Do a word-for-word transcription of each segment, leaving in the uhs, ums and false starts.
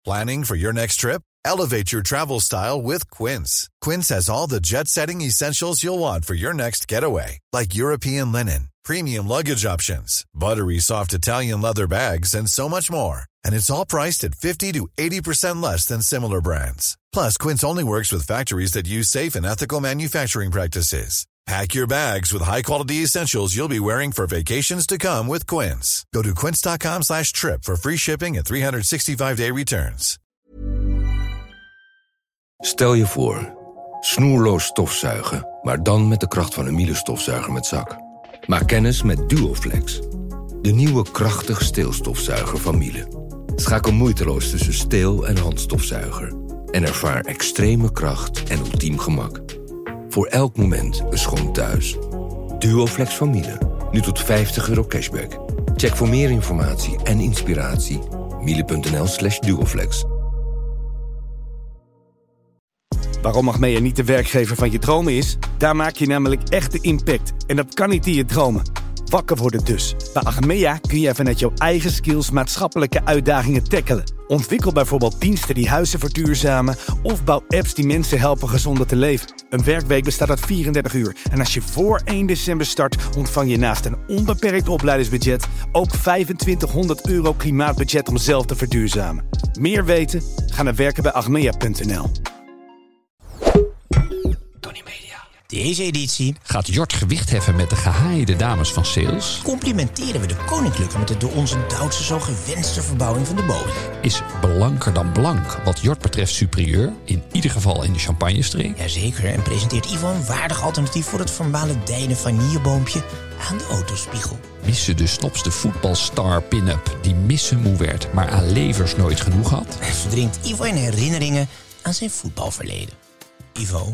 Planning for your next trip? Elevate your travel style with Quince. Quince has all the jet-setting essentials you'll want for your next getaway, like European linen, premium luggage options, buttery soft Italian leather bags, and so much more. And it's all priced at fifty to eighty percent less than similar brands. Plus, Quince only works with factories that use safe and ethical manufacturing practices. Pack your bags with high-quality essentials you'll be wearing for vacations to come with Quince. Go to quince.com slash trip for free shipping and three sixty-five day returns. Stel je voor, snoerloos stofzuigen, maar dan met de kracht van een Miele stofzuiger met zak. Maak kennis met Duoflex, de nieuwe krachtig steelstofzuiger van Miele. Schakel moeiteloos tussen steel- en handstofzuiger en ervaar extreme kracht en ultiem gemak. Voor elk moment een schoon thuis. Duoflex van Miele, nu tot vijftig euro cashback. Check voor meer informatie en inspiratie miele.nl slash duoflex. Waarom Achmea niet de werkgever van je dromen is? Daar maak je namelijk echt de impact. En dat kan niet in je dromen. Wakker worden dus. Bij Achmea kun jij vanuit jouw eigen skills maatschappelijke uitdagingen tackelen. Ontwikkel bijvoorbeeld diensten die huizen verduurzamen of bouw apps die mensen helpen gezonder te leven. Een werkweek bestaat uit vierendertig uur. En als je voor één december start, ontvang je naast een onbeperkt opleidingsbudget ook vijfentwintighonderd euro klimaatbudget om zelf te verduurzamen. Meer weten? Ga naar werken bij achmea punt n l. Deze editie gaat Jort gewicht heffen met de gehaaide dames van Sales. Complimenteren we de koninklijke met de door onze Duitse zo gewenste verbouwing van de Boeing. Is blanker dan blank wat Jort betreft superieur, in ieder geval in de champagnestreek. Jazeker, en presenteert Ivo een waardig alternatief voor het vermalendijne vanilleboompje aan de autospiegel. Missen de snopste voetbalstar pin-up die missen moe werd, maar aan levers nooit genoeg had. En verdrinkt Ivo in herinneringen aan zijn voetbalverleden. Ivo,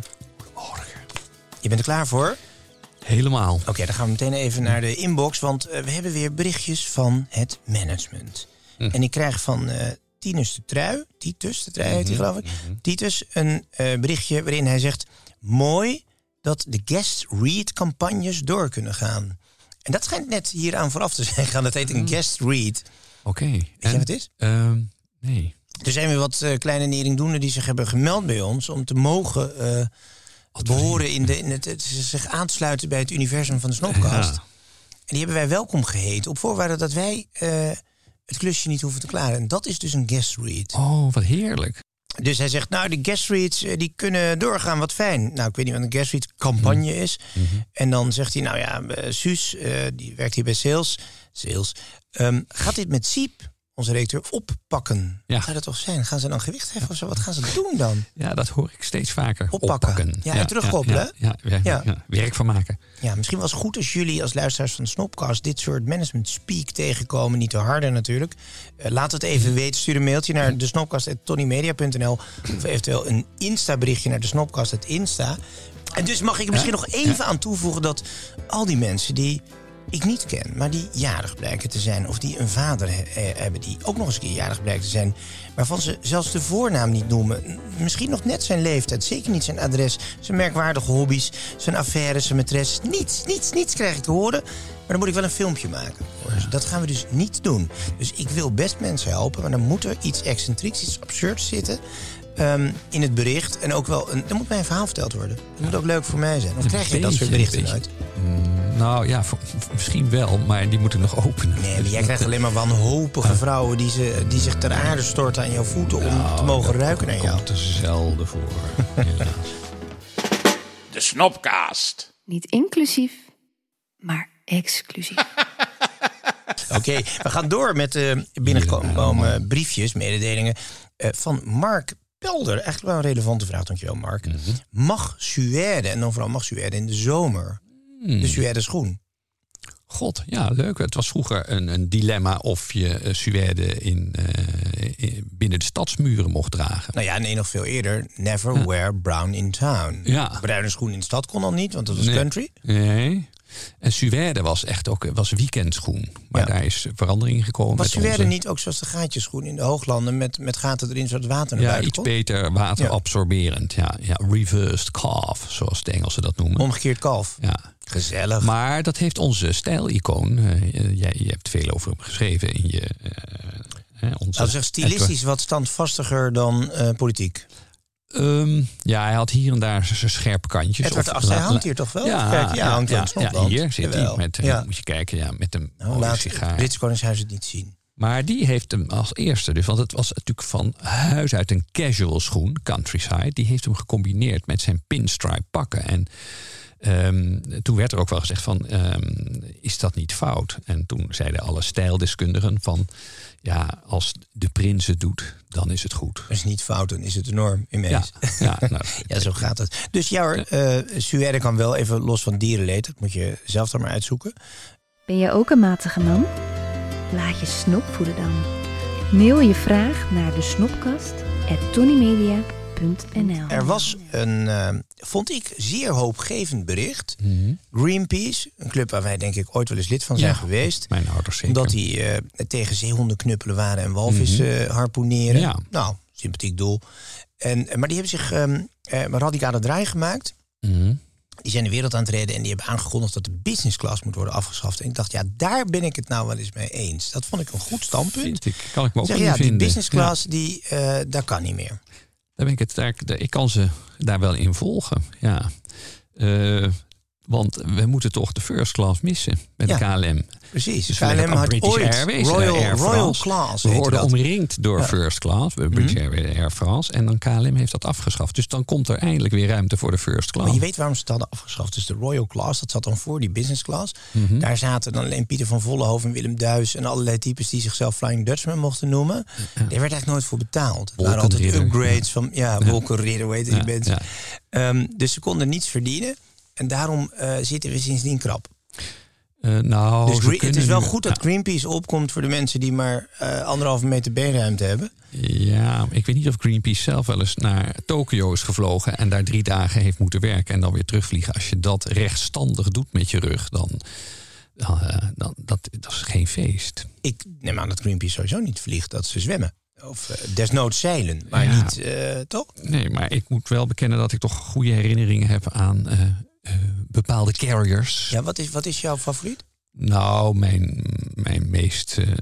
je bent er klaar voor? Helemaal. Oké, okay, dan gaan we meteen even naar de inbox, want uh, we hebben weer berichtjes van het management. Hm. En ik krijg van uh, Tinus de Trui, Titus de Trui heet hij, geloof ik. Mm-hmm. Titus, een uh, berichtje waarin hij zegt: mooi dat de guest read campagnes door kunnen gaan. En dat schijnt net hieraan vooraf te zijn gaan. Dat heet een guest read. Oké. Okay. Weet en, je wat het is? Uh, nee. Er zijn weer wat uh, kleine neringdoenden die zich hebben gemeld bij ons om te mogen Uh, behoren in, de, in het, het zich aansluiten bij het universum van de Snopcast. Ja. En die hebben wij welkom geheten op voorwaarde dat wij uh, het klusje niet hoeven te klaren. En dat is dus een guest read. Oh, wat heerlijk. Dus hij zegt, nou, de guest reads uh, die kunnen doorgaan, wat fijn. Nou, ik weet niet wat een guest read campagne mm. is. Mm-hmm. En dan zegt hij, nou ja, uh, Suus, uh, die werkt hier bij Sales. Sales. Um, gaat dit met Siep, onze redacteur, oppakken? Ja. Wat zou dat toch zijn? Gaan ze dan gewicht heffen of zo? Wat gaan ze doen dan? Ja, dat hoor ik steeds vaker. Oppakken. oppakken. Ja, en ja, terugkoppelen. Ja, ja, ja, ja, ja. Werk van maken. Ja, misschien was het goed als jullie als luisteraars van de Snopcast dit soort management speak tegenkomen. Niet te harde natuurlijk. Uh, laat het even weten. Stuur een mailtje naar de snopcast at tonymedia punt n l of eventueel een Insta-berichtje naar de Snopcast at Insta. En dus mag ik er misschien ja? nog even ja? aan toevoegen dat al die mensen die ik niet ken, maar die jarig blijken te zijn, of die een vader he- hebben die ook nog eens een keer jarig blijkt te zijn, waarvan ze zelfs de voornaam niet noemen, misschien nog net zijn leeftijd, zeker niet zijn adres, zijn merkwaardige hobby's, zijn affaires, zijn maîtresse, niets, niets, niets krijg ik te horen. Maar dan moet ik wel een filmpje maken. Dus dat gaan we dus niet doen. Dus ik wil best mensen helpen, maar dan moet er iets excentrieks, iets absurds zitten Um, in het bericht. En ook wel, een, er moet mij een verhaal verteld worden. Het moet ook leuk voor mij zijn. Of een krijg je beetje, dat soort berichten nooit? Mm, nou ja, voor, misschien wel, maar die moeten nog openen. Nee, maar jij krijgt alleen maar wanhopige uh, vrouwen die, ze, die zich ter aarde storten aan jouw voeten om nou, te mogen ruiken naar jou. Dat komt er zelden voor, helaas. De Snopcast. Niet inclusief, maar exclusief. Oké, okay, we gaan door met de uh, binnengekomen uh, briefjes, mededelingen uh, van Mark Pelder. Eigenlijk wel een relevante vraag, dankjewel Mark. Mm-hmm. Mag suède, en dan vooral mag suède in de zomer, mm. de suède schoen? God, ja, leuk. Het was vroeger een, een dilemma of je uh, suède in, uh, in, binnen de stadsmuren mocht dragen. Nou ja, nee, nog veel eerder. Never ja. wear brown in town. Ja. Bruine schoen in de stad kon al niet, want dat was nee. country. Nee. En suède was echt ook was weekendschoen. Maar ja. daar is verandering gekomen. Was met suède onze... niet ook zoals de gaatjeschoen in de hooglanden met, met gaten erin zodat het water naar ja, buiten iets komt? beter waterabsorberend. Ja. Ja, ja, reversed calf, zoals de Engelsen dat noemen. Omgekeerd kalf. Ja. Gezellig. Maar dat heeft onze stijlicoon. Uh, jij je hebt veel over hem geschreven in je uh, Hè, onze Dat is echt stilistisch Edward, wat standvastiger dan uh, politiek. Um, ja, hij had hier en daar zijn scherpe kantjes. Edward Ast, hij hangt hier toch wel? Ja, Kijk, ja, ja, hangt ja, ja, ja, hier zit hij. Met, ja. Moet je kijken, ja, met een nou, mooie laat sigaar. het Britse Koningshuis het niet zien. Maar die heeft hem als eerste, dus, want het was natuurlijk van huis uit een casual schoen, Countryside. Die heeft hem gecombineerd met zijn pinstripe pakken. En um, toen werd er ook wel gezegd van, um, is dat niet fout? En toen zeiden alle stijldeskundigen van, ja, als de prins het doet, dan is het goed. Dat is niet fout, dan is het de norm in Ja, ja, nou, ja, zo gaat het. Dus ja hoor, uh, suède kan wel even los van dierenleed. Dat moet je zelf dan maar uitzoeken. Ben je ook een matige man? Laat je snop voeden dan. Mail je vraag naar de snopkast at tonymedia punt n l. Er was een, uh, vond ik, zeer hoopgevend bericht. Mm-hmm. Greenpeace, een club waar wij denk ik ooit wel eens lid van zijn ja, geweest. Mijn ouders zeker. Omdat die uh, tegen zeehonden knuppelen waren en walvissen Mm-hmm. uh, harpoeneren. Ja. Nou, sympathiek doel. En, maar die hebben zich um, uh, radicale draai gemaakt. Mm-hmm. Die zijn de wereld aan het redden en die hebben aangekondigd dat de business class moet worden afgeschaft. En ik dacht, ja, daar ben ik het nou wel eens mee eens. Dat vond ik een goed standpunt. Vind ik, kan ik me ook zeg, niet ja, vinden. die business class, Ja. die, uh, dat kan niet meer. Daar ben ik het daar, ik kan ze daar wel in volgen. Ja. Uh, want we moeten toch de first class missen met ja, de K L M. Precies. Dus K L M had British ooit Airways, Royal, Air Royal France. Class. We worden dat. omringd door ja. first class, British mm-hmm. Airways, Air France. En dan K L M heeft dat afgeschaft. Dus dan komt er eindelijk weer ruimte voor de first class. Maar je weet waarom ze het hadden afgeschaft. Dus de Royal Class, dat zat dan voor die business class. Mm-hmm. Daar zaten dan alleen Pieter van Vollenhoven en Willem Duis en allerlei types die zichzelf Flying Dutchman mochten noemen. Ja. Daar werd eigenlijk nooit voor betaald. Het waren altijd upgrades van, ja, Wolkenridder, hoe heet die ja, mensen. Ja. Um, dus ze konden niets verdienen. En daarom uh, zitten we sindsdien krap. Uh, nou, dus Green, het is wel nu, goed dat Greenpeace opkomt voor de mensen die maar uh, anderhalve meter beenruimte hebben. Ja, ik weet niet of Greenpeace zelf wel eens naar Tokio is gevlogen en daar drie dagen heeft moeten werken en dan weer terugvliegen. Als je dat rechtstandig doet met je rug, dan, dan, uh, dan dat, dat is geen feest. Ik neem aan dat Greenpeace sowieso niet vliegt, dat ze zwemmen. Of uh, desnoods zeilen, maar ja. niet, uh, toch? Nee, maar ik moet wel bekennen dat ik toch goede herinneringen heb aan uh, uh, bepaalde carriers. Ja, wat is, wat is jouw favoriet? Nou, mijn, mijn meest uh,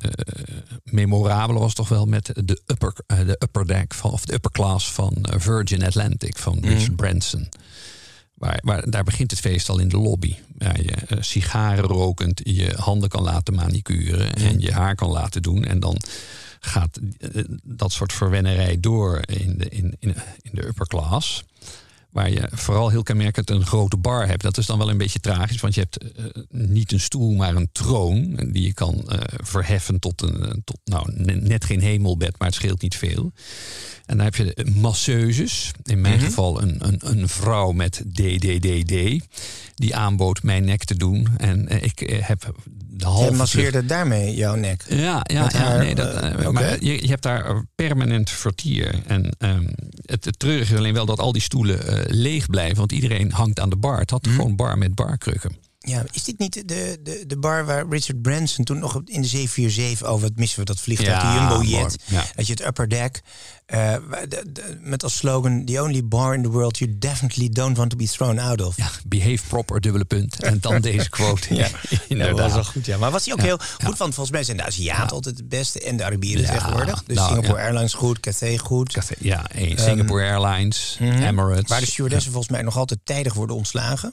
memorabele was toch wel met de upper, uh, de upper deck van, of de upper class van uh, Virgin Atlantic van Richard mm. Branson. Waar, waar, daar begint het feest al in de lobby. Waar je uh, sigaren rokend je handen kan laten manicuren mm. en je haar kan laten doen. En dan gaat uh, dat soort verwennerij door in de, in, in, in de upper class. Waar je vooral heel kenmerkend een grote bar hebt. Dat is dan wel een beetje tragisch, want je hebt uh, niet een stoel, maar een troon. Die je kan uh, verheffen tot een, tot, nou, net geen hemelbed, maar het scheelt niet veel. En dan heb je masseuses. In mijn mm-hmm. geval een, een, een vrouw met D D D D. Die aanbood mijn nek te doen. En uh, ik uh, heb de halve... Jij masseerde terug... daarmee jouw nek? Ja, ja, ja haar, nee, dat, uh, okay. maar je, je hebt daar permanent vertier. En um, het, het treurige is alleen wel dat al die stoelen uh, leeg blijven. Want iedereen hangt aan de bar. Het had mm. gewoon bar met barkrukken. Ja, is dit niet de, de, de bar waar Richard Branson toen nog in de zeven vier zeven... oh, wat missen we dat vliegtuig, ja, de Jumbo-jet. Ja. Dat je het upper deck... Uh, de, de, met als slogan... The only bar in the world you definitely don't want to be thrown out of. Ja, behave proper, dubbele punt. En dan deze quote. Ja, dat was wel goed, ja. Maar was hij ook ja, heel goed? Ja. Want volgens mij zijn de Aziaten ja. altijd het beste... en de Arabieren ja, tegenwoordig. Dus nou, Singapore ja. Airlines goed, Cathay goed. Cathay, ja, hey, Singapore um, Airlines, mm-hmm. Emirates. Waar de stewardessen ja. volgens mij nog altijd tijdig worden ontslagen.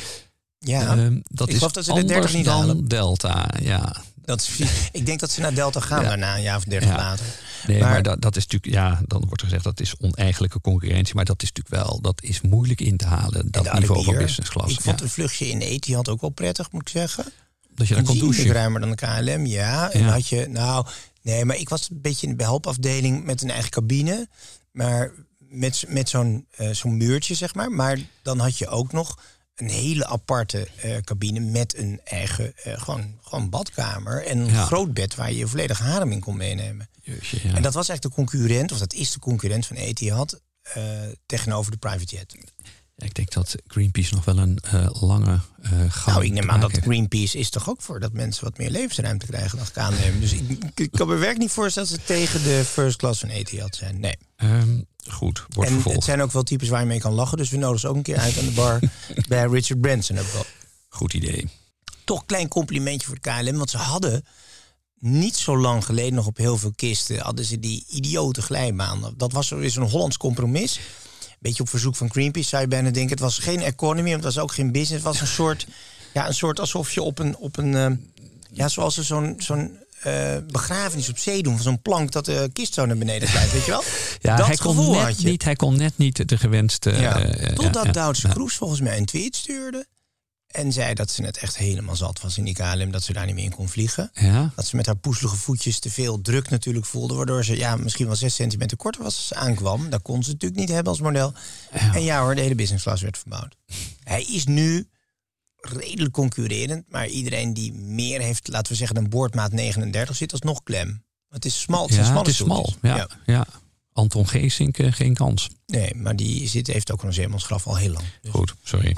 Ja, um, dat ik is geloof dat ze de dertig niet dan halen. Delta, ja. Dat is, ik denk dat ze naar Delta gaan ja. daarna, een jaar of dertig ja. later. Nee, maar, maar dat, dat is natuurlijk, ja, dan wordt er gezegd dat is oneigenlijke concurrentie, maar dat is natuurlijk wel, dat is moeilijk in te halen, dat niveau van business class. Ik vond ja. een vluchtje in Etihad ook wel prettig, moet ik zeggen. Dat je dan kon douchen. Ruimer dan de K L M, ja. En ja. had je, nou, nee, maar ik was een beetje in de behelpafdeling met een eigen cabine, maar met, met zo'n, uh, zo'n muurtje, zeg maar. Maar dan had je ook nog een hele aparte uh, cabine met een eigen uh, gewoon, gewoon badkamer. En een ja. groot bed waar je je volledige harem in kon meenemen. Jeetje, ja. En dat was eigenlijk de concurrent, of dat is de concurrent van Etihad uh, tegenover de private jet. Ja, ik denk dat Greenpeace nog wel een uh, lange uh, gang... Nou, ik neem aan dat Greenpeace is toch ook voor dat mensen wat meer levensruimte krijgen dan K L M. Dus ik, ik kan me werkelijk niet voorstellen dat ze tegen de first class van Etihad zijn. Nee. Um, goed, wordt en vervolgd. Het zijn ook wel types waar je mee kan lachen. Dus we nodigen ze ook een keer uit aan de bar bij Richard Branson. Ook wel. Goed idee. Toch een klein complimentje voor de K L M. Want ze hadden niet zo lang geleden nog op heel veel kisten hadden ze die idiote glijbaan. Dat was weer zo'n Hollands compromis. Beetje op verzoek van Greenpeace zou je bijna denken. Het was geen economy, het was ook geen business. Het was een soort, ja, een soort alsof je op een, op een uh, ja, zoals ze zo'n, zo'n uh, begrafenis op zee doen, van zo'n plank dat de kist zo naar beneden glijdt, weet je wel? Ja, dat hij kon gevoel net had je. niet, hij kon net niet de gewenste. Ja, Uh, totdat ja, Duitse ja. Kroes volgens mij een tweet stuurde en zei dat ze het echt helemaal zat was in die K L M, dat ze daar niet meer in kon vliegen. Ja. Dat ze met haar poeselige voetjes te veel druk natuurlijk voelde, waardoor ze ja, misschien wel zes centimeter korter was als ze aankwam. Dat kon ze natuurlijk niet hebben als model. Ja. En ja hoor, de hele business class werd verbouwd. Hij is nu redelijk concurrerend, maar iedereen die meer heeft, laten we zeggen, een boordmaat negenendertig zit alsnog klem. Het is smal, het, Ja, zijn het is smalle smal. stoeltjes. Ja, ja. Anton Geesink, uh, geen kans. Nee, maar die zit, heeft ook een zeemansgraf al heel lang. Dus. Goed, sorry.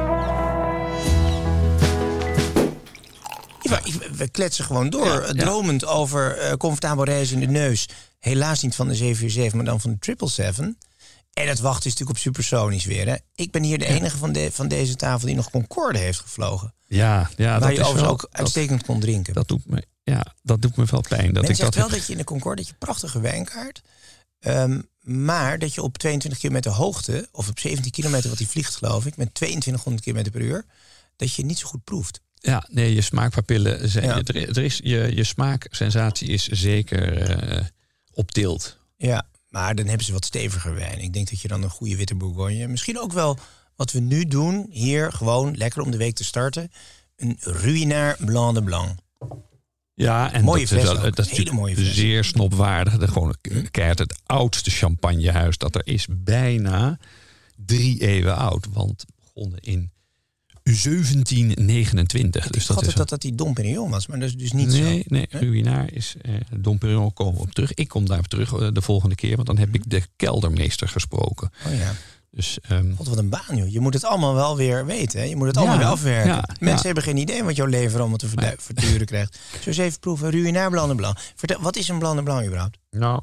Ja, we kletsen gewoon door, Ja, ja. dromend over uh, comfortabel reizen in de neus. Helaas niet van de zeven vier zeven, maar dan van de triple seven. En het wachten is natuurlijk op supersonisch weer. Hè. Ik ben hier de enige van, de, van deze tafel die nog Concorde heeft gevlogen. Ja, ja waar dat je is overigens wel, ook uitstekend kon drinken. Dat, dat doet me, ja, dat doet me wel pijn. Dat Men ik zegt dat wel heb... dat je in de Concorde dat je prachtige wijnkaart. Um, maar dat je op tweeëntwintig kilometer hoogte, of op zeventien kilometer wat hij vliegt geloof ik, met tweeëntwintighonderd kilometer per uur, dat je niet zo goed proeft. Ja, nee, je smaakpapillen zijn. Ja. Je, er, er is, je, je smaaksensatie is zeker uh, op tilt. Ja, maar dan hebben ze wat steviger wijn. Ik denk dat je dan een goede witte Bourgogne, misschien ook wel wat we nu doen, hier gewoon lekker om de week te starten, een Ruinart Blanc de Blanc. Ja, en mooie dat is, fles wel, ook. dat is Hele mooie fles. zeer snopwaardig. De, gewoon keihard het oudste champagnehuis dat er is, bijna drie eeuwen oud. Want begonnen in zeventien negenentwintig. Ik dus dacht dat is altijd dat dat die Dom Pérignon was, maar dat is dus niet nee, zo. nee, Ruinart is eh, Dom Pérignon komen we op terug. Ik kom daar terug uh, de volgende keer, want dan heb ik de keldermeester gesproken. Oh ja. Dus, um, God, wat een baan, joh. Je moet het allemaal wel weer weten. Hè? Je moet het allemaal Ja, weer afwerken. ja, Mensen ja. hebben geen idee wat jouw leven allemaal te verdu- verduren krijgt. Zo eens even proeven. Ruinart Blanc de Blanc. Vertel, wat is een Blanc de Blanc überhaupt? nou,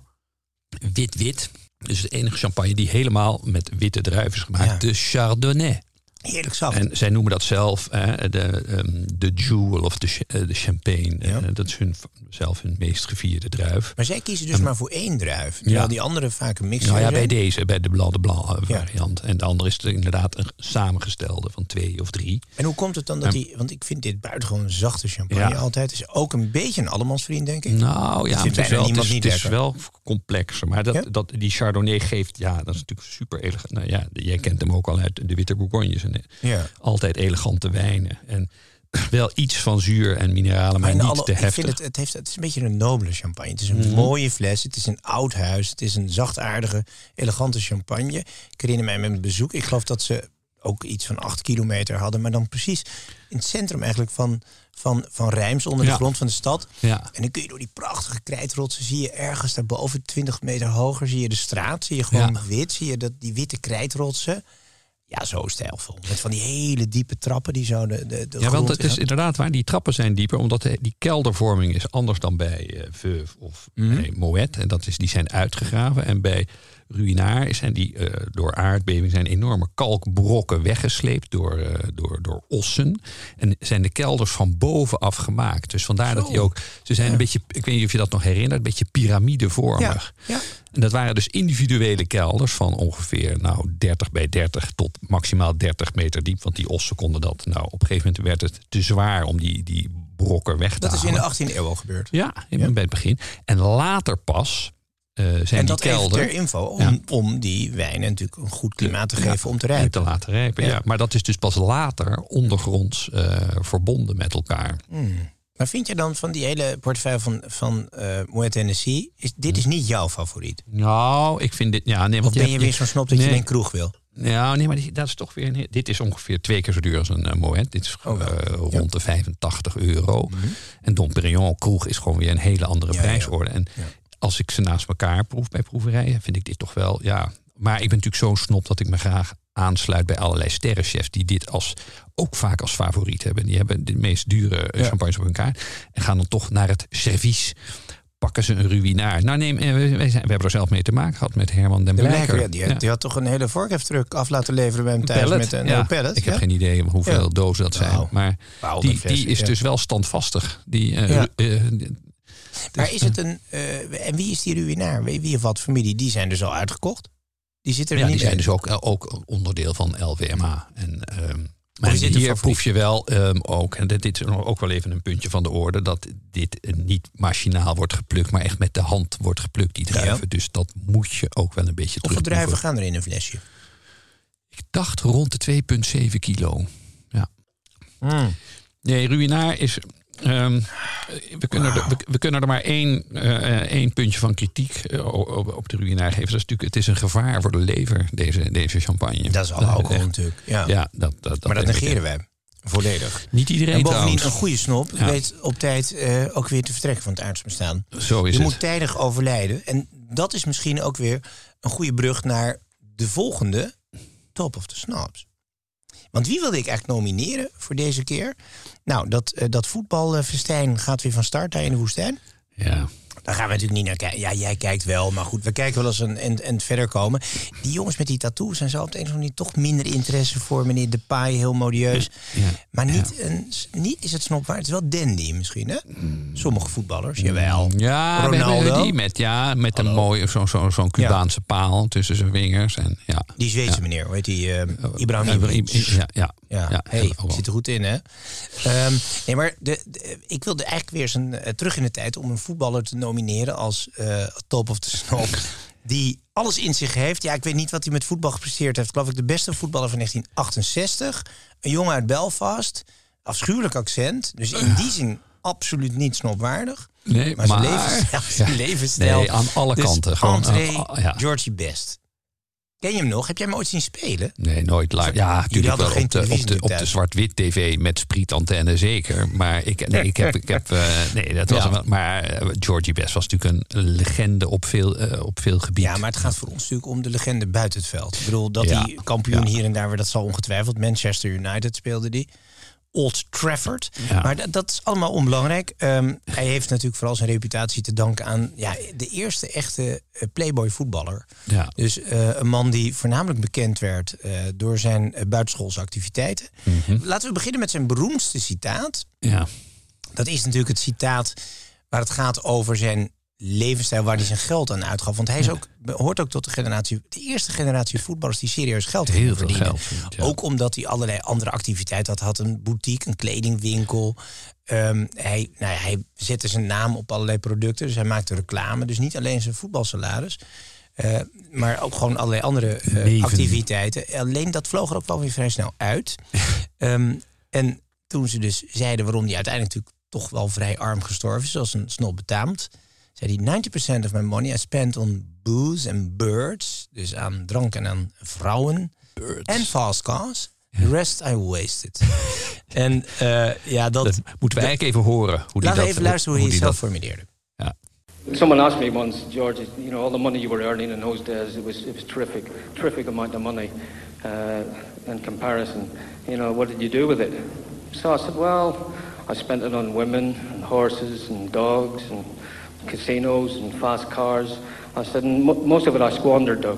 wit-wit. Dus de enige champagne die helemaal met witte druiven is gemaakt. Ja. De Chardonnay. Heerlijk zacht. En zij noemen dat zelf hè, de, um, de jewel of de, uh, de champagne. Ja. Uh, dat is hun, zelf hun meest gevierde druif. Maar zij kiezen dus Um, maar voor één druif. Terwijl ja. die andere vaak een mix Nou ja, zijn. bij deze, bij de Blanc de Blanc uh, Ja. variant. En de andere is er inderdaad een samengestelde van twee of drie. En hoe komt het dan dat Um, die... Want ik vind dit buitengewoon zachte champagne Ja. altijd. Is ook een beetje een allemansvriend, denk ik. Nou ja, vindt het is, bijna wel, het niemand is, niet het is lekker. wel complexer. Maar dat, Ja? dat, die Chardonnay geeft, ja, dat is natuurlijk super elegant. Nou ja, jij kent hem ook al uit de witte Bourgognes. En Ja. altijd elegante wijnen. En wel iets van zuur en mineralen, maar in niet alle- te ik heftig. vind het, het, heeft, het is een beetje een nobele champagne. Het is een Mhm. mooie fles. Het is een oud huis. Het is een zachtaardige, elegante champagne. Ik herinner mij met mijn bezoek. Ik geloof dat ze ook iets van acht kilometer hadden. Maar dan precies in het centrum eigenlijk van, van, van Reims, onder Ja. de grond van de stad. Ja. En dan kun je door die prachtige krijtrotsen, zie je ergens daarboven, twintig meter hoger, zie je de straat. Zie je gewoon Ja. wit. Zie je dat, die witte krijtrotsen. Ja, zo stijlvol. Met van die hele diepe trappen die zo de, de, de Ja, want grond het is in- inderdaad waar. Die trappen zijn dieper, omdat de, die keldervorming is anders dan bij uh, Veuve of Mhm. bij Moet. En dat is, die zijn uitgegraven. En bij Ruinart zijn die uh, door aardbeving zijn enorme kalkbrokken weggesleept door, uh, door, door ossen. En zijn de kelders van bovenaf gemaakt. Dus vandaar Zo. dat die ook. Ze zijn Ja. een beetje, ik weet niet of je dat nog herinnert, een beetje piramidevormig. Ja, ja. En dat waren dus individuele kelders van ongeveer nou, dertig bij dertig tot maximaal dertig meter diep. Want die ossen konden dat. Nou, op een gegeven moment werd het te zwaar om die, die brokken weg te Dat is halen. in de achttiende eeuw al gebeurd. Ja, in, Ja. bij het begin. En later pas uh, zijn En die dat even kelder ter info, om, Ja. om die wijnen natuurlijk een goed klimaat te Ja, geven om te en rijpen. te laten rijpen. Ja. Ja. Maar dat is dus pas later ondergronds uh, verbonden met elkaar. Hmm. Maar vind je dan van die hele portefeuille van, van uh, Moet Hennessy, is, dit is niet jouw favoriet? Nou, ik vind dit. Ja, nee, Of want ben je hebt- weer zo'n snop dat nee. je geen kroeg wil? Ja, nee, maar die- dat is toch weer. Een, dit is ongeveer twee keer zo duur als een uh, Moet. Dit is Oh, wel. uh, rond Ja. de vijfentachtig euro. Mhm. En Dom Pérignon kroeg is gewoon weer een hele andere Ja, ja. prijsorde. En Ja. als ik ze naast elkaar proef bij proeverijen, vind ik dit toch wel. Ja. Maar ik ben natuurlijk zo'n snop dat ik me graag aansluit bij allerlei sterrenchefs die dit als ook vaak als favoriet hebben. Die hebben de meest dure uh, Ja. champagnes op hun kaart en gaan dan toch naar het servies. Pakken ze een Ruinart. Nou, neem, eh, we, we, zijn, we hebben er zelf mee te maken gehad met Herman den De Blijker. Blijker, ja, die, had- die had toch een hele vorkheftruck af laten leveren bij hem thuis Pallet, met een ja. hele pallet. Ik heb ja? geen idee hoeveel Ja. dozen dat zijn. Wauw. Maar Wauw, die, dat fles, die is ja. dus wel standvastig. Die, uh, Ja. uh, Maar is het een... Uh, en wie is die ruïnaar? Wie, wie of wat familie? Die zijn dus al uitgekocht? Die zitten er ja, niet die mee. zijn dus ook, ook onderdeel van L V M H. En, um, Maar en hier proef proef je wel um, ook, en dit, dit is ook wel even een puntje van de orde, dat dit niet machinaal wordt geplukt, maar echt met de hand wordt geplukt, die druiven. Ja. Dus dat moet je ook wel een beetje terug. Hoeveel druiven gaan er in een flesje? Ik dacht rond de twee komma zeven kilo. Ja. Mm. Nee, ruïnaar is... Um, we, kunnen wow. er, we, we kunnen er maar één, uh, één puntje van kritiek uh, op, op de ruïnaar geven. Dat is natuurlijk, het is een gevaar voor de lever, deze, deze champagne. Dat is al alcohol uh, natuurlijk. Ja. Ja, dat, dat, dat maar dat negeren wij. Volledig. Niet iedereen. En bovendien trouwens. Een goede snop ja. weet op tijd uh, ook weer te vertrekken van het aardsbestaan. Zo is Je het. moet tijdig overlijden. En dat is misschien ook weer een goede brug naar de volgende Top of the Snobs. Want wie wilde ik eigenlijk nomineren voor deze keer? Nou, dat, uh, dat voetbalfestijn gaat weer van start daar in de woestijn. Ja. Daar gaan we natuurlijk niet naar kijken. Ja, jij kijkt wel, maar goed, we kijken wel eens een en, en verder komen. Die jongens met die tattoos en zo op de een of andere manier toch minder interesse voor meneer Depay, heel modieus. Ja. Maar niet, ja. een, niet is het snopwaard. Het is wel dandy misschien, hè? Sommige voetballers, jawel. Ja, Ronaldo. we hebben die met, ja, met een mooie, zo'n zo, zo'n Cubaanse ja. paal tussen zijn vingers. En, ja. Die Zweedse ja. meneer, hoe heet die? Uh, Ibrahimovic. Ja, ja. Ja, ja hey, zit er goed in, hè? Um, nee, maar de, de, ik wilde eigenlijk weer eens een, uh, terug in de tijd om een voetballer te nomineren als uh, Top of the Snob. Die alles in zich heeft. Ja, ik weet niet wat hij met voetbal gepresteerd heeft. Geloof ik de beste voetballer van negentien achtenzestig. Een jongen uit Belfast. Afschuwelijk accent. Dus in die zin absoluut niet snobwaardig. Nee, maar, maar zijn levensstijl, zijn ja, levensstijl. Nee, aan alle dus kanten. Gewoon, André uh, uh, ja. Georgie Best. Ken je hem nog? Heb jij hem ooit zien spelen? Nee, nooit live. Ja, natuurlijk wel geen op de, op de, op de zwart-wit tv met sprietantenne zeker. Maar ik, nee, ik heb... Ik heb uh, nee, dat was ja. een, maar uh, Georgie Best was natuurlijk een legende op veel, uh, op veel gebieden. Ja, maar het gaat voor ons natuurlijk om de legende buiten het veld. Ik bedoel, dat ja. die kampioen ja. hier en daar weer, dat zal ongetwijfeld. Manchester United speelde die. Old Trafford. Ja. Maar dat, dat is allemaal onbelangrijk. Um, hij heeft natuurlijk vooral zijn reputatie te danken aan ja, de eerste echte uh, playboy voetballer. Ja. Dus uh, een man die voornamelijk bekend werd uh, door zijn uh, buitenschoolse activiteiten. Mm-hmm. Laten we beginnen met zijn beroemdste citaat. Ja. Dat is natuurlijk het citaat waar het gaat over zijn levensstijl, waar hij zijn geld aan uitgaf. Want hij is ook, hoort ook tot de generatie, de eerste generatie voetballers die serieus geld heel verdienen. Veel geld verdient, ja. Ook omdat hij allerlei andere activiteiten had. Had een boutique, een kledingwinkel. Um, hij, nou ja, hij zette zijn naam op allerlei producten. Dus hij maakte reclame. Dus niet alleen zijn voetbalsalaris. Uh, maar ook gewoon allerlei andere uh, activiteiten. Alleen dat vloog er ook wel weer vrij snel uit. um, en toen ze dus zeiden waarom hij uiteindelijk natuurlijk toch wel vrij arm gestorven is, zoals een snob betaamt, zei hij, ninety percent of my money I spent on booze and birds. Dus aan drank en aan vrouwen. En fast cars. The rest I wasted. En uh, ja, dat, dat moeten we eigenlijk even horen. Hoe laten we even luisteren hoe hij het zelf formuleerde. Ja. Someone asked me once, George, you know, all the money you were earning in those days, it was it was terrific, terrific amount of money uh, in comparison. You know, what did you do with it? So I said, well, I spent it on women and horses and dogs and casinos and fast cars. I said, most of it I squandered though.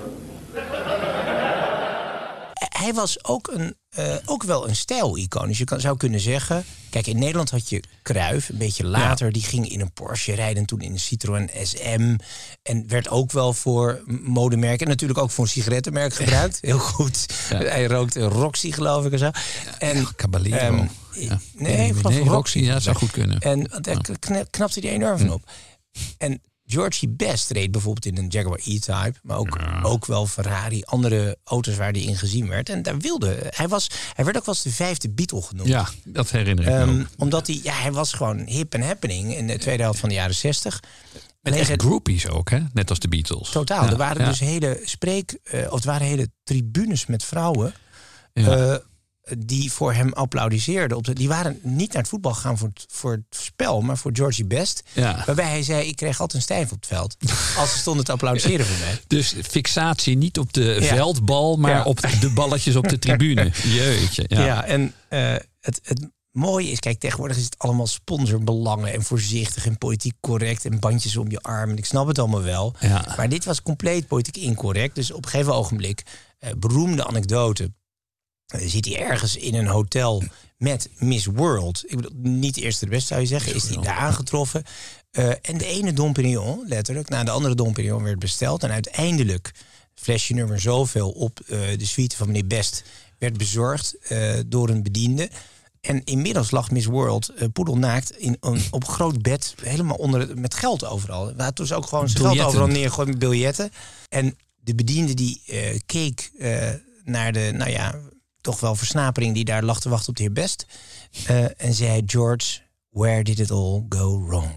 Hij was ook, een, uh, ook wel een stijlicoon. Dus je kan, zou kunnen zeggen, kijk, in Nederland had je Cruijff, een beetje later, ja. Die ging in een Porsche rijden, toen in een Citroën S M. En werd ook wel voor modemerken en natuurlijk ook voor een sigarettenmerk gebruikt. Heel goed. Ja. Hij rookte een Roxy, geloof ik, en zo. En, ja, Caballero. Um, ja. Nee, ik geloof nee, Roxy. Roxy, ja, dat zou goed kunnen. En daar ja. knapte hij enorm van op. En Georgie Best reed bijvoorbeeld in een Jaguar E-Type, maar ook, ja. ook wel Ferrari, andere auto's waar hij in gezien werd. En daar wilde hij was, hij werd ook wel eens de vijfde Beatle genoemd. Ja, dat herinner ik me um, ook. Omdat hij, ja, hij was gewoon hip en happening in de tweede helft van de jaren zestig. Met echt het, groupies ook, hè? Net als de Beatles. Totaal. Ja, er waren ja. dus hele spreek, uh, of er waren hele tribunes met vrouwen. Ja. Uh, die voor hem applaudisseerden. Op de, die waren niet naar het voetbal gegaan voor het, voor het spel, maar voor Georgie Best. Ja. Waarbij hij zei, ik kreeg altijd een stijf op het veld. Als ze stonden te applaudisseren voor mij. Dus fixatie niet op de ja. veldbal, maar ja. op de balletjes op de tribune. Jeetje. Ja, ja en uh, het, het mooie is, kijk, tegenwoordig is het allemaal sponsorbelangen en voorzichtig en politiek correct en bandjes om je arm. En ik snap het allemaal wel. Ja. Maar dit was compleet politiek incorrect. Dus op een gegeven ogenblik, uh, beroemde anekdote. Dan zit hij ergens in een hotel met Miss World. Ik bedoel, niet de eerste de beste zou je zeggen. Is hij daar aangetroffen. Uh, en de ene Dom Pérignon, letterlijk, na de andere Dom Pérignon werd besteld. En uiteindelijk, flesje nummer zoveel op uh, de suite van meneer Best werd bezorgd uh, door een bediende. En inmiddels lag Miss World uh, poedelnaakt in een, op een groot bed, helemaal onder met geld overal. Waar toen ze ook gewoon zijn geld overal neergooid met biljetten. En de bediende die uh, keek uh, naar de, nou ja, toch wel versnapering die daar lag te wachten op de heer Best. Uh, en zei: George, where did it all go wrong?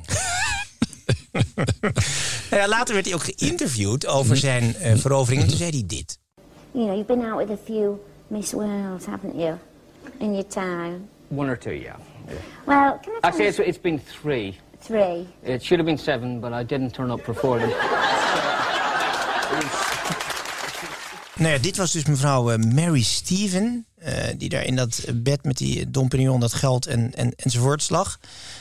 Nou ja, later werd hij ook geïnterviewd over zijn uh, verovering. En toen zei hij dit. You know, you've been out with a few Miss Worlds, haven't you, in your time? One or two, yeah. yeah. Well, can I Actually, it's, it's been three. Three. It should have been seven, but I didn't turn up for four of them. Nou ja, dit was dus mevrouw uh, Mary Stephen, uh, die daar in dat bed met die Dom Pérignon dat geld en, en, enzovoorts lag.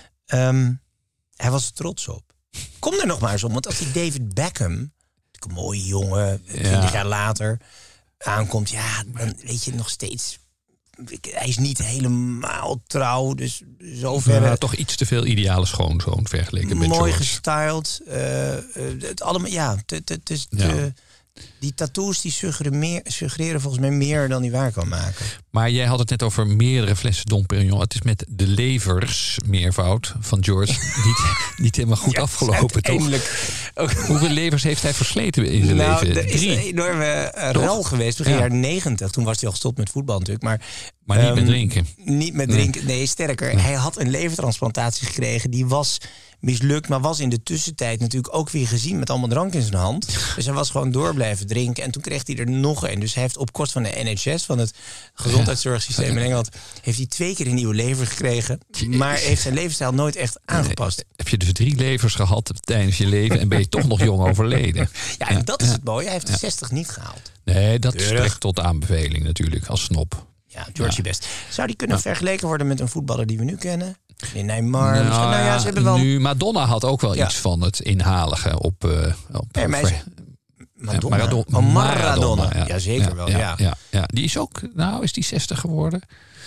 Um, hij was er trots op. Kom er nog maar eens om, want als die David Beckham, een mooie jongen, twintig ja. jaar later, aankomt, ja, dan weet je nog steeds, hij is niet helemaal trouw, dus zover. Ja, toch iets te veel ideale schoonzoon vergeleken met mooi George. gestyled. Uh, uh, het allemaal, ja, het is ja. te... Die tattoos die suggereren, meer, suggereren volgens mij meer dan die waar kan maken. Maar jij had het net over meerdere flessen Dom Pérignon. Het is met de levers, meervoud, van George niet, niet helemaal goed ja, afgelopen, toch? Ook. Hoeveel levers heeft hij versleten in zijn nou, leven? Er is Drie. een enorme uh, rel geweest begin ja. jaren negentig. Toen was hij al gestopt met voetbal natuurlijk. Maar, maar niet um, met drinken. Niet met drinken, nee, nee sterker. Nee. Hij had een levertransplantatie gekregen. Die was mislukt, maar was in de tussentijd natuurlijk ook weer gezien met allemaal drank in zijn hand. Dus hij was gewoon door blijven drinken. En toen kreeg hij er nog een. Dus hij heeft op kost van de N H S, van het gezondheidszorgsysteem in Engeland, heeft hij twee keer een nieuwe lever gekregen. Maar heeft zijn levensstijl nooit echt aangepast. Nee, heb je dus drie levers gehad tijdens je leven en ben je toch nog jong overleden. Ja, en dat is het mooie. Hij heeft de zestig niet gehaald. Nee, dat strekt tot aanbeveling natuurlijk, als snop. Ja, Georgie ja. Best. Zou die kunnen ja. vergeleken worden met een voetballer die we nu kennen? In Neymar. Nou, nou ja, ze hebben wel. Nu, Madonna had ook wel ja. iets van het inhalige op. Uh, op nee, maar ver... Madonna. Maradona. Oh, Maradona. Ja, ja zeker ja, wel. Ja, ja. Ja, ja. Die is ook. Nou, is die zestig geworden.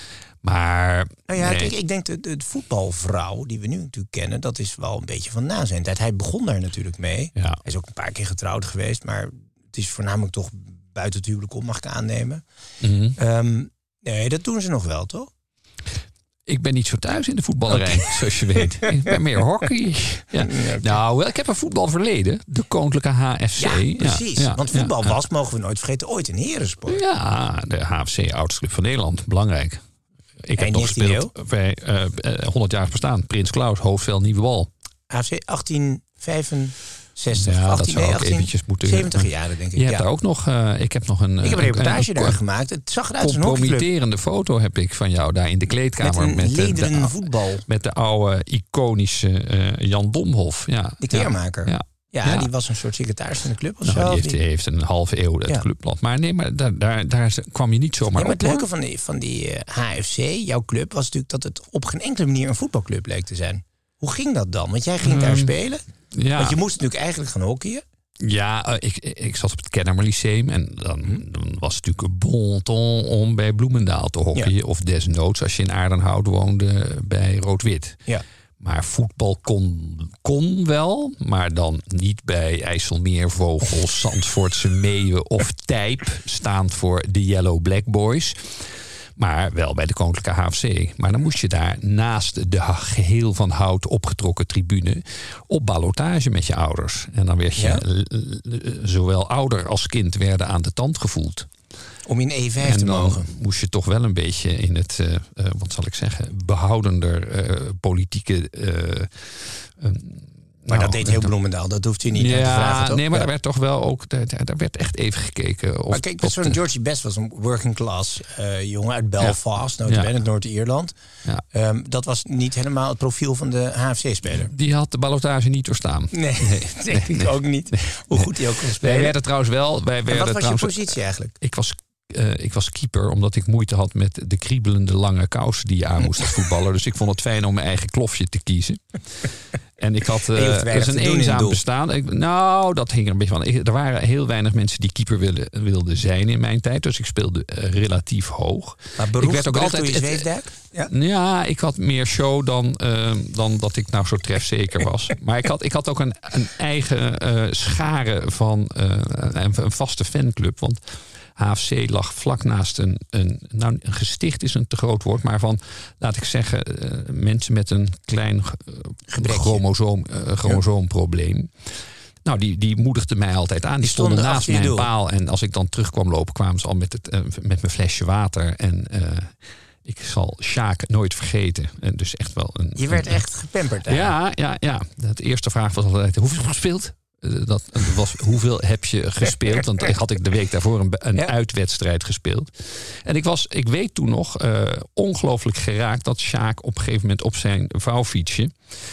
Maar. Nou ja, nee. kijk, ik denk de, de voetbalvrouw die we nu natuurlijk kennen, dat is wel een beetje van na zijn tijd. Hij begon daar natuurlijk mee. Ja. Hij is ook een paar keer getrouwd geweest, maar het is voornamelijk toch buiten het huwelijk om, mag ik aannemen. Mm-hmm. Um, nee, dat doen ze nog wel, toch? Ik ben niet zo thuis in de voetballerij, okay. zoals je weet. Ik ben meer hockey. Ja. Okay. Nou, ik heb een voetbalverleden. De Koninklijke H F C. Ja, precies. Ja, want voetbal ja, was, mogen we nooit vergeten, ooit een herensport. Ja, de H F C, oudste club van Nederland. Belangrijk. Ik heb nog gespeeld bij uh, honderd jaar bestaan. Prins Klaus, Hoofdveld, Nieuwe Bal. H F C achttien vijfenvijftig. zestig, ja, achttien, dat zou nee, ook achttien, eventjes moeten... zeventig jaren, denk ik. Je hebt ja. daar ook nog... Uh, ik heb nog een... Ik heb een reportage een, daar een, gemaakt. Het zag eruit als een compromitterende foto heb ik van jou daar in de kleedkamer. Met een met lederen de, voetbal. Met de oude, iconische uh, Jan Domhof. Ja, de kleermaker. Ja. Ja, ja, die was een soort secretaris van de club of nou, zo. Die heeft, die heeft een halve eeuw het ja. clubblad. Maar nee, maar daar, daar, daar kwam je niet zomaar ja, maar op. Het leuke van die, van die uh, H F C, jouw club, was natuurlijk dat het op geen enkele manier een voetbalclub leek te zijn. Hoe ging dat dan? Want jij ging um, daar spelen. Ja. Want je moest natuurlijk eigenlijk gaan hockeyen. Ja, uh, ik, ik zat op het Kennemer Lyceum en dan, dan was het natuurlijk een bon ton om bij Bloemendaal te hockeyen. Ja. Of desnoods als je in Aardenhout woonde bij Rood-Wit. Ja. Maar voetbal kon, kon wel, maar dan niet bij IJsselmeervogels, Zandvoortse Meeuwen of Tijp, staand voor de Yellow Black Boys. Maar wel bij de Koninklijke H F C. Maar dan moest je daar naast de geheel van hout opgetrokken tribune op ballotage met je ouders. En dan werd je ja? l- l- zowel ouder als kind werden aan de tand gevoeld. Om in E vijf te mogen. Moest je toch wel een beetje in het, uh, uh, wat zal ik zeggen, behoudender uh, politieke... Uh, um, Maar nou, dat deed heel Bloemendaal, dat hoeft u niet ja, aan te vragen, toch? Nee, maar ja. daar werd toch wel ook, daar, daar werd echt even gekeken. Of, maar kijk, zo'n de... Georgie Best was een working class uh, jongen uit Belfast, ja. notabene, ja. Noord-Ierland. Ja. Um, dat was niet helemaal het profiel van de H F C-speler. Die had de ballotage niet doorstaan. Nee, nee. denk ik nee. ook niet. Hoe goed hij ook kon spelen. Wij werden trouwens wel... Wij werden en wat was trouwens, je positie eigenlijk? Ik was uh, ik was keeper omdat ik moeite had met de kriebelende lange kousen die je aan moest als voetballer. Dus ik vond het fijn om mijn eigen klofje te kiezen. En ik had uh, dus een eenzaam bestaan. Ik, nou, dat hing er een beetje van. Ik, er waren heel weinig mensen die keeper wilden, wilden zijn in mijn tijd. Dus ik speelde uh, relatief hoog. Maar beroep, ik werd ook altijd je zweefduik? Ja. ja, ik had meer show dan, uh, dan dat ik nou zo trefzeker was. Maar ik had, ik had ook een, een eigen uh, schare van uh, een, een vaste fanclub. Want H F C lag vlak naast een, een... Nou, een gesticht is een te groot woord, maar van, laat ik zeggen, uh, mensen met een klein uh, chromosoom, uh, chromosoomprobleem. Nou, die, die moedigden mij altijd aan. Die, die stonden, stonden naast mijn doel. paal. En als ik dan terug kwam lopen, kwamen ze al met, het, uh, met mijn flesje water. En uh, ik zal Sjaak nooit vergeten. En dus echt wel een, Je werd een, echt gepamperd. Hè? Ja, ja, ja. De eerste vraag was altijd, hoeveel heb je gespeeld? Dat was, hoeveel heb je gespeeld? Want had ik de week daarvoor een, een ja. uitwedstrijd gespeeld. En ik was, ik weet toen nog, uh, ongelooflijk geraakt dat Sjaak op een gegeven moment op zijn vouwfietsje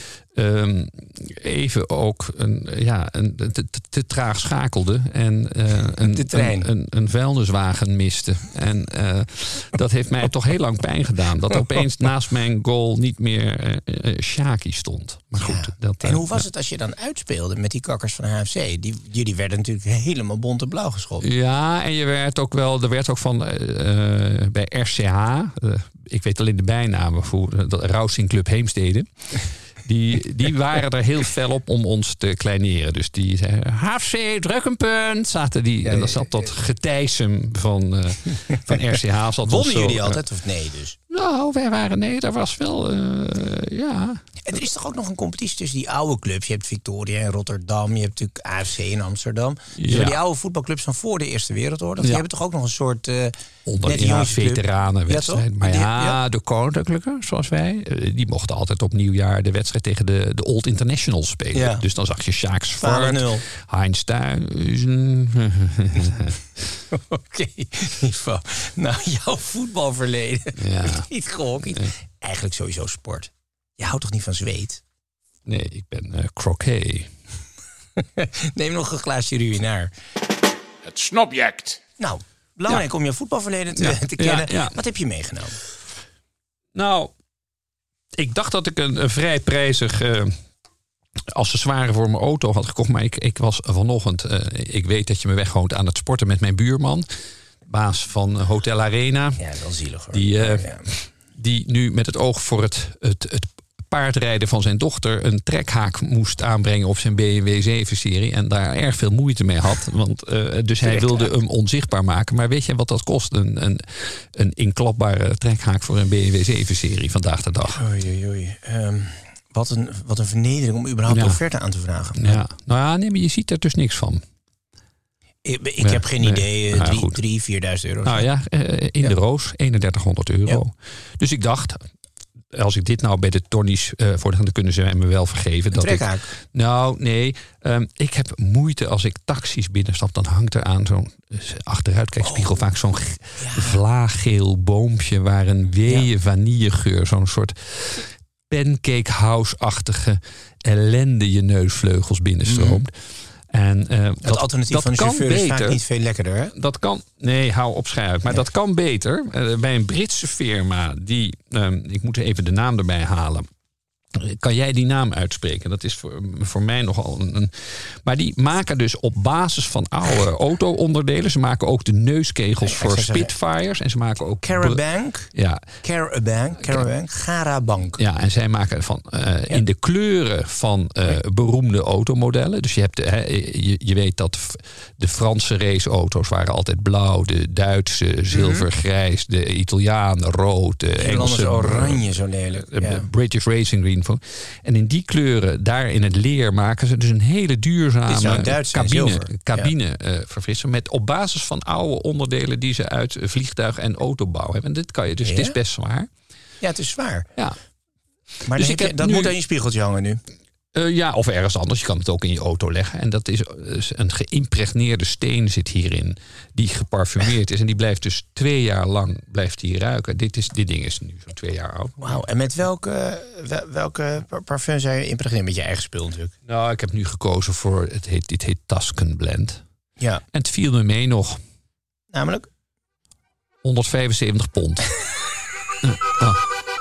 Um, even ook een, ja, een, te, te, te traag schakelde en uh, een, een, een, een vuilniswagen miste. En uh, dat heeft mij toch heel lang pijn gedaan. Dat opeens naast mijn goal niet meer uh, uh, Sjaki stond. Maar goed, ja. dat, uh, en hoe was het als je dan uitspeelde met die kakkers van H F C? Die, jullie werden natuurlijk helemaal bont en blauw geschopt. Ja, en je werd ook wel, er werd ook van uh, bij R C H, uh, ik weet alleen de bijnamen voor uh, de Rousing Club Heemstede. Die, die waren er heel fel op om ons te kleineren. Dus die zeiden, H F C, druk een punt. Zaten die, ja, en dat zat dat getijsem van, uh, van R C H. Wonnen jullie uh, altijd of nee dus? Nou, wij waren, nee, dat was wel, uh, ja. En er is toch ook nog een competitie tussen die oude clubs. Je hebt Victoria in Rotterdam, je hebt natuurlijk A F C in Amsterdam. Dus ja. Die oude voetbalclubs van voor de Eerste Wereldoorlog, ja. Die hebben toch ook nog een soort uh, onder ja, veteranenwedstrijd. Ja, maar ja, ja, de koninklijke, zoals wij, die mochten altijd op nieuwjaar de wedstrijd tegen de, de Old Internationals spelen. Ja. Dus dan zag je Sjaak Zwart, Heinz Thuizen. Oké, okay. Nou, jouw voetbalverleden. Ja. Niet gehockeyd. Nee. Eigenlijk sowieso sport. Je houdt toch niet van zweet? Nee, ik ben uh, croquet. Neem nog een glaasje ruïnaar. Het snobject. Nou, belangrijk ja. om je voetbalverleden te, ja. te kennen. Ja, ja. Wat heb je meegenomen? Nou, ik dacht dat ik een, een vrij prijzig uh, accessoire voor mijn auto had gekocht. Maar ik, ik was vanochtend, uh, ik weet dat je me wegwoont aan het sporten met mijn buurman. Baas van Hotel Arena. Ja, wel zielig hoor. Die, uh, ja, ja. die nu met het oog voor het, het, het paardrijden van zijn dochter een trekhaak moest aanbrengen op zijn B M W zeven-serie. En daar erg veel moeite mee had. Want, uh, dus hij wilde hem onzichtbaar maken. Maar weet je wat dat kost? Een, een, een inklapbare trekhaak voor een B M W zeven-serie vandaag de dag. Oei, oei, oei. Um, wat, een, wat een vernedering om überhaupt ja. offerte aan te vragen. Ja. Nou ja, nee, maar je ziet er dus niks van. Ik, ik ja, heb geen nee. idee. Uh, drie, drie, vierduizend euro. Nou ja, uh, in ja. de roos. eenendertighonderd euro. Ja. Dus ik dacht, als ik dit nou bij de Tonnies uh, voor dan kunnen ze me wel vergeven. Een dat ik, nou, nee. Um, ik heb moeite als ik taxis binnenstap. Dan hangt er aan zo'n achteruitkijkspiegel oh. vaak zo'n ja. vlaaggeel boompje waar een weeën ja. vanillegeur, zo'n soort pancake house-achtige ellende je neusvleugels binnenstroomt. Mm. En, uh, het dat, alternatief dat van de chauffeur is vaak niet veel lekkerder, hè? Dat kan, nee, hou op schuil. Maar ja. dat kan beter. Uh, bij een Britse firma, die, uh, ik moet even de naam erbij halen. Kan jij die naam uitspreken? Dat is voor, voor mij nogal een, een... Maar die maken dus op basis van oude auto-onderdelen. Ze maken ook de neuskegels nee, voor Spitfires. En ze maken ook... Carabank. Ja. Carabank. Carabank. Garabank. Ja, en zij maken van uh, ja. in de kleuren van uh, beroemde automodellen. Dus je, hebt, he, je, je weet dat de Franse raceauto's waren altijd blauw. De Duitse zilvergrijs. De Italianen rood. De Engelse oranje, zo lelijk. De ja. British Racing Green. En in die kleuren, daar in het leer, maken ze dus een hele duurzame cabine, cabine ja. uh, verfrissen. Met op basis van oude onderdelen die ze uit vliegtuig en autobouw hebben. En dit kan je, dus ja? het is best zwaar. Ja, het is zwaar. Ja. Maar dus ik je, dat nu, moet aan je spiegeltje hangen nu. Uh, ja, of ergens anders. Je kan het ook in je auto leggen. En dat is uh, een geïmpregneerde steen zit hierin. Die geparfumeerd is. En die blijft dus twee jaar lang blijft die ruiken. Dit, is, dit ding is nu zo'n twee jaar oud. Wauw. En met welke, welke parfum zou je impregneren? Met je eigen spul natuurlijk. Nou, ik heb nu gekozen voor, het heet, dit heet Tuscan Blend. Ja. En het viel me mee nog. Namelijk? honderdvijfenzeventig pond. uh, oh.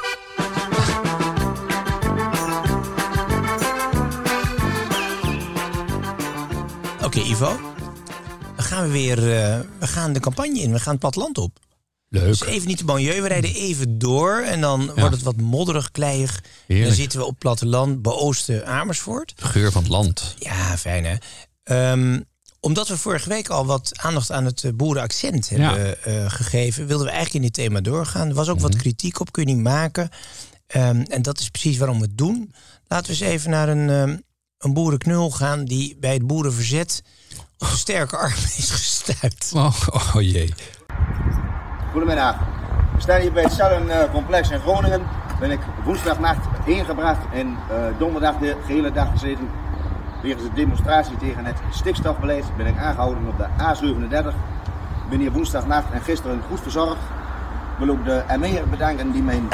Oké, okay, Ivo. Dan gaan we weer uh, we gaan de campagne in. We gaan het platteland op. Leuk. Dus even niet de banlieue. We rijden even door. En dan ja. wordt het wat modderig, kleiig. Dan zitten we op platteland. Beoosten Amersfoort. De geur van het land. Ja, fijn hè. Um, omdat we vorige week al wat aandacht aan het boerenaccent hebben ja. uh, gegeven, wilden we eigenlijk in dit thema doorgaan. Er was ook mm-hmm. wat kritiek op, kun je niet maken. Um, en dat is precies waarom we het doen. Laten we eens even naar een, um, een boerenknul gaan die bij het boerenverzet op een sterke arm is gestuit. Oh, oh, oh jee. Goedemiddag. We staan hier bij het Sallencomplex in Groningen. Ben ik woensdagnacht ingebracht en uh, donderdag de gehele dag gezeten. Wegens de demonstratie tegen het stikstofbeleid ben ik aangehouden op de A zevenendertig. Ik ben hier woensdagnacht en gisteren goed verzorgd. Ik wil ook de M E'er bedanken die mijn...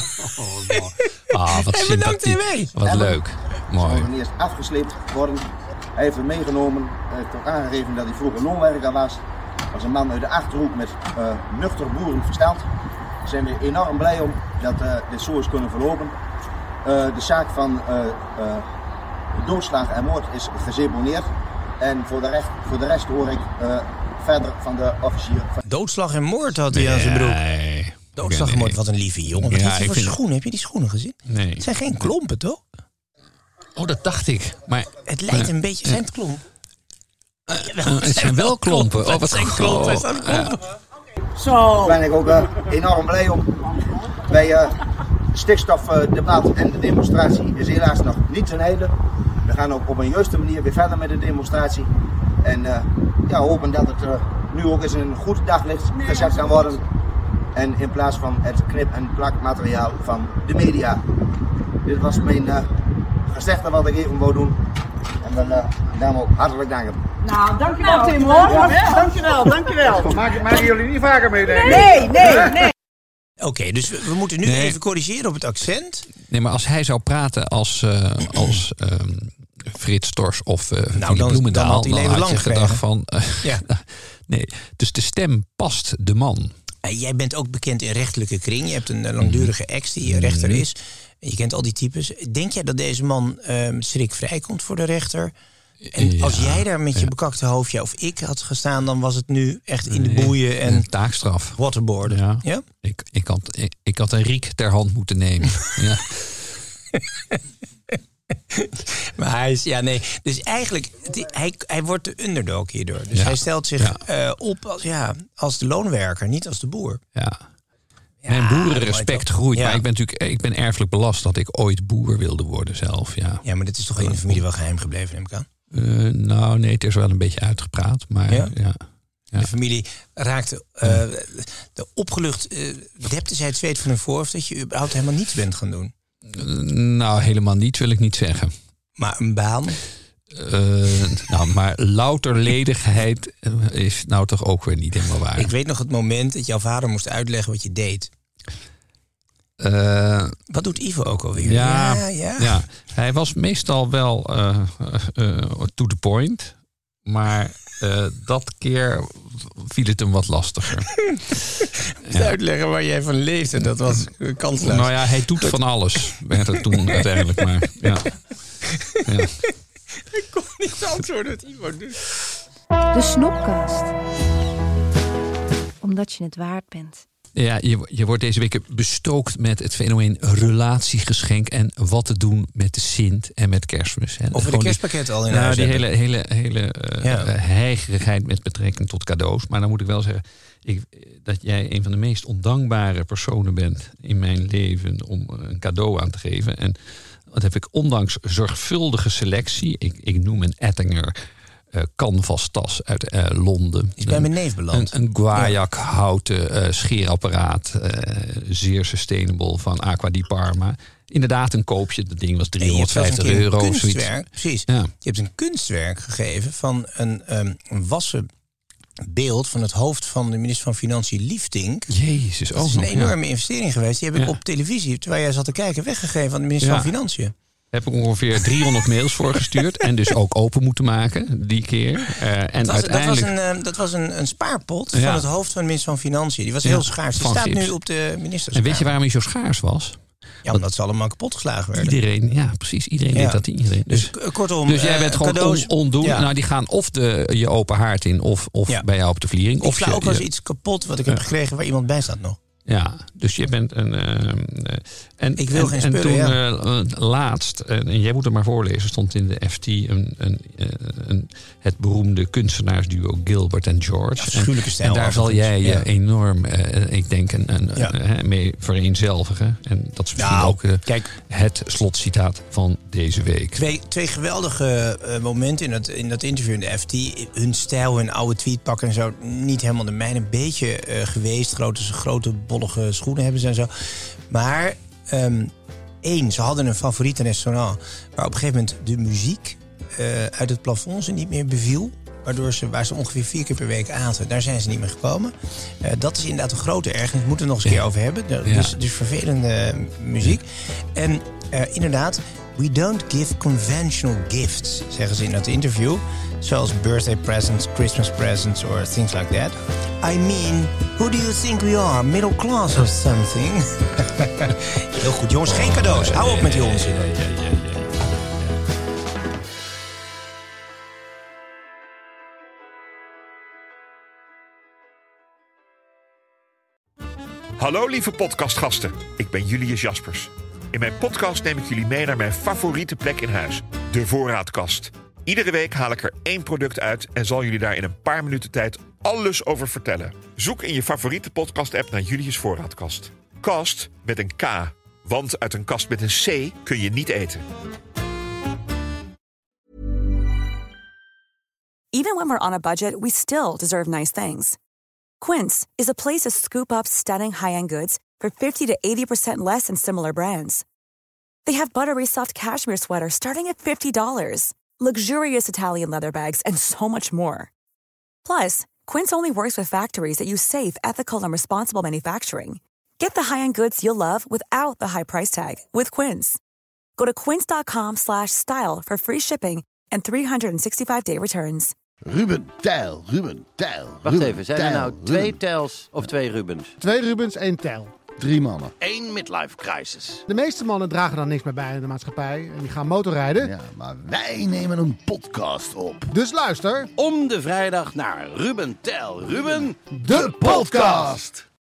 oh, ah, wat sympathiek. Wat en leuk. Mooi. Ze eerst afgesleept worden. Hij heeft hem meegenomen. Hij heeft ook aangegeven dat hij vroeger loonwerker was. Als een man uit de Achterhoek met uh, nuchter boerenverstand. Daar zijn we enorm blij om dat uh, dit zo is kunnen verlopen. Uh, de zaak van uh, uh, doodslag en moord is geseponeerd. En voor de, recht, voor de rest hoor ik uh, verder van de officier. Doodslag en moord had hij nee, aan zijn broek. Nee. Doodslag en moord, wat een lieve jongen. Wat ja, heeft hij voor schoenen? Het... Heb je die schoenen gezien? Nee. Het zijn geen klompen, toch? Oh, dat dacht ik. Maar het lijkt een beetje... Zijn het klompen? Uh, Jawel, het zijn wel klompen. klompen. Oh, wat zijn klompen. Het zijn klompen. Uh. Zo. Daar ben ik ook uh, enorm blij om. Bij uh, stikstofdebat en de demonstratie is helaas nog niet ten einde. We gaan ook op een juiste manier weer verder met de demonstratie. En uh, ja, hopen dat het uh, nu ook eens een goed daglicht gezet kan worden. En in plaats van het knip- en plakmateriaal van de media. Dit was mijn uh, gezegde wat ik even wou doen. En dan uh, daarom ook hartelijk danken. Nou, dankjewel nou, Tim hoor. Ja, dankjewel, dankjewel. Maak, maken jullie niet vaker mee, denk ik? Nee, nee, nee. Oké, okay, dus we, we moeten nu nee. even corrigeren op het accent. Nee, maar als hij zou praten als, uh, als um, Frits Tors of uh, nou, Philip Bloemendaal, dan had hij, dan had je gedacht van... Uh, ja. nee, dus de stem past de man. Uh, jij bent ook bekend in rechtelijke kring. Je hebt een uh, langdurige ex die rechter is. Je kent al die types. Denk jij dat deze man uh, schrik vrijkomt voor de rechter? En ja, als jij daar met je ja. bekakte hoofdje of ik had gestaan, dan was het nu echt in de boeien en een taakstraf. Waterboarden. Ja. Ja? Ik, ik, had, ik, ik had een riek ter hand moeten nemen. ja. Maar hij is, ja nee, dus eigenlijk, die, hij, hij wordt de underdog hierdoor. Dus ja. hij stelt zich ja. uh, op als, ja, als de loonwerker, niet als de boer. Ja. Ja, mijn boerenrespect groeit, ja. maar ik ben natuurlijk ik ben erfelijk belast dat ik ooit boer wilde worden zelf. Ja, ja maar dit is toch in de familie wel geheim gebleven, neem ik aan? Uh, nou nee, het is wel een beetje uitgepraat, maar ja. ja, ja. De familie raakte uh, de opgelucht, uh, depte zij het zweet van hun voorhoofd dat je überhaupt helemaal niets bent gaan doen? Uh, nou, helemaal niets wil ik niet zeggen. Maar een baan? Uh, nou, maar louter ledigheid is nou toch ook weer niet helemaal waar. Ik weet nog het moment dat jouw vader moest uitleggen wat je deed. Uh, wat doet Ivo ook alweer? Ja, ja, ja. ja. Hij was meestal wel uh, uh, to the point. Maar uh, dat keer viel het hem wat lastiger. ja. Uitleggen waar jij van leefde, dat was kansloos. Nou ja, hij doet van alles. Werd het toen uiteindelijk maar. Ja. ja. Ik kon niet antwoorden wat Ivo doet. De Snopkast. Omdat je het waard bent. Ja, je, je wordt deze week bestookt met het fenomeen relatiegeschenk en wat te doen met de Sint en met Kerstmis. Hè. Of we de kerstpakket al in nou, huis die hebben. hele, hele, hele uh, ja. uh, heigerigheid met betrekking tot cadeaus. Maar dan moet ik wel zeggen ik, dat jij een van de meest ondankbare personen bent in mijn leven om een cadeau aan te geven. En dat heb ik ondanks zorgvuldige selectie. Ik, ik noem een Ettinger uh, canvas tas uit uh, Londen. Is bij mijn neef beland. Een, een Guaiac houten uh, scheerapparaat. Uh, zeer sustainable van Aqua di Parma. Inderdaad een koopje. Dat ding was driehonderdvijftig euro. Een kunstwerk, precies. Ja. Je hebt een kunstwerk gegeven van een, um, een wassen beeld van het hoofd van de minister van Financiën Liefdink. Jezus, ook dat is een nog, enorme ja. investering geweest. Die heb ik ja. op televisie, terwijl jij zat te kijken, weggegeven aan de minister ja. van Financiën. Heb ik ongeveer driehonderd mails voor gestuurd. En dus ook open moeten maken die keer. Uh, en dat was, uiteindelijk... dat was, een, uh, dat was een, een spaarpot Ja. van het hoofd van de minister van Financiën. Die was heel Ja, schaars. Die van staat gips. nu op de ministerskamer. En weet je waarom hij zo schaars was? Ja, omdat ze allemaal kapot geslagen werden. Iedereen, ja, precies. Iedereen Ja. deed dat iedereen. Dus, Dus, kortom, dus jij uh, bent gewoon cadeaus. on, ondoen. Ja. Nou, die gaan of de, je open haard in, of, of Ja. bij jou op de vliering. Ik Of sla je, ook wel eens je- iets kapot wat ik heb Ja. gekregen waar iemand bij staat nog. Ja, dus je bent een... Uh, en, Ik wil en, geen en spullen, toen uh, laatst, en, en jij moet het maar voorlezen, stond in de F T een, een, uh, een, het beroemde kunstenaarsduo Gilbert en George. Ja, afschuwelijke en, stijl en daar zal jij je overigens, ja. enorm, uh, ik denk, een, een, Ja. uh, mee vereenzelvigen. En dat is misschien Nou, ook uh, kijk. het slotcitaat van deze week. Twee, twee geweldige uh, momenten in dat, in dat interview in de F T. Hun stijl, hun oude tweetpakken en zo. Niet helemaal de mijne. Een beetje uh, geweest. Grote, grote bollige schoenen hebben ze en zo. Maar um, één, ze hadden een favoriete restaurant. Maar op een gegeven moment de muziek uh, uit het plafond ze niet meer beviel. Waardoor ze, waar ze ongeveer vier keer per week aten, daar zijn ze niet meer gekomen. Uh, dat is inderdaad een grote ergernis. Moeten we het nog eens een keer over hebben. De, Ja. dus, dus vervelende muziek. En uh, inderdaad, we don't give conventional gifts, zeggen ze in dat interview. Zoals birthday presents, Christmas presents or things like that. I mean, who do you think we are? Middle class or something? Heel goed, jongens. Geen cadeaus. Hou op met die onzin. Hallo lieve podcastgasten, ik ben Julius Jaspers. In mijn podcast neem ik jullie mee naar mijn favoriete plek in huis, de voorraadkast. Iedere week haal ik er één product uit en zal jullie daar in een paar minuten tijd alles over vertellen. Zoek in je favoriete podcast-app naar Julius Voorraadkast. Kast met een K, want uit een kast met een C kun je niet eten. Even when we're on a budget, we still deserve nice things. Quince is a place to scoop up stunning high-end goods for fifty to eighty percent less than similar brands. They have buttery soft cashmere sweaters starting at fifty dollars, luxurious Italian leather bags, and so much more. Plus, Quince only works with factories that use safe, ethical, and responsible manufacturing. Get the high-end goods you'll love without the high price tag with Quince. Go to quince.com slash style for free shipping and three sixty-five day returns. Ruben, Tijl, Ruben, Tijl. Wacht Ruben, even, zijn er Tijl, nou twee Ruben. Tijls of twee Rubens? Twee Rubens, één Tijl. Drie mannen. Eén midlife crisis. De meeste mannen dragen dan niks meer bij in de maatschappij en die gaan motorrijden. Ja, maar wij nemen een podcast op. Dus luister. Om de vrijdag naar Ruben, Tijl, Ruben... De podcast!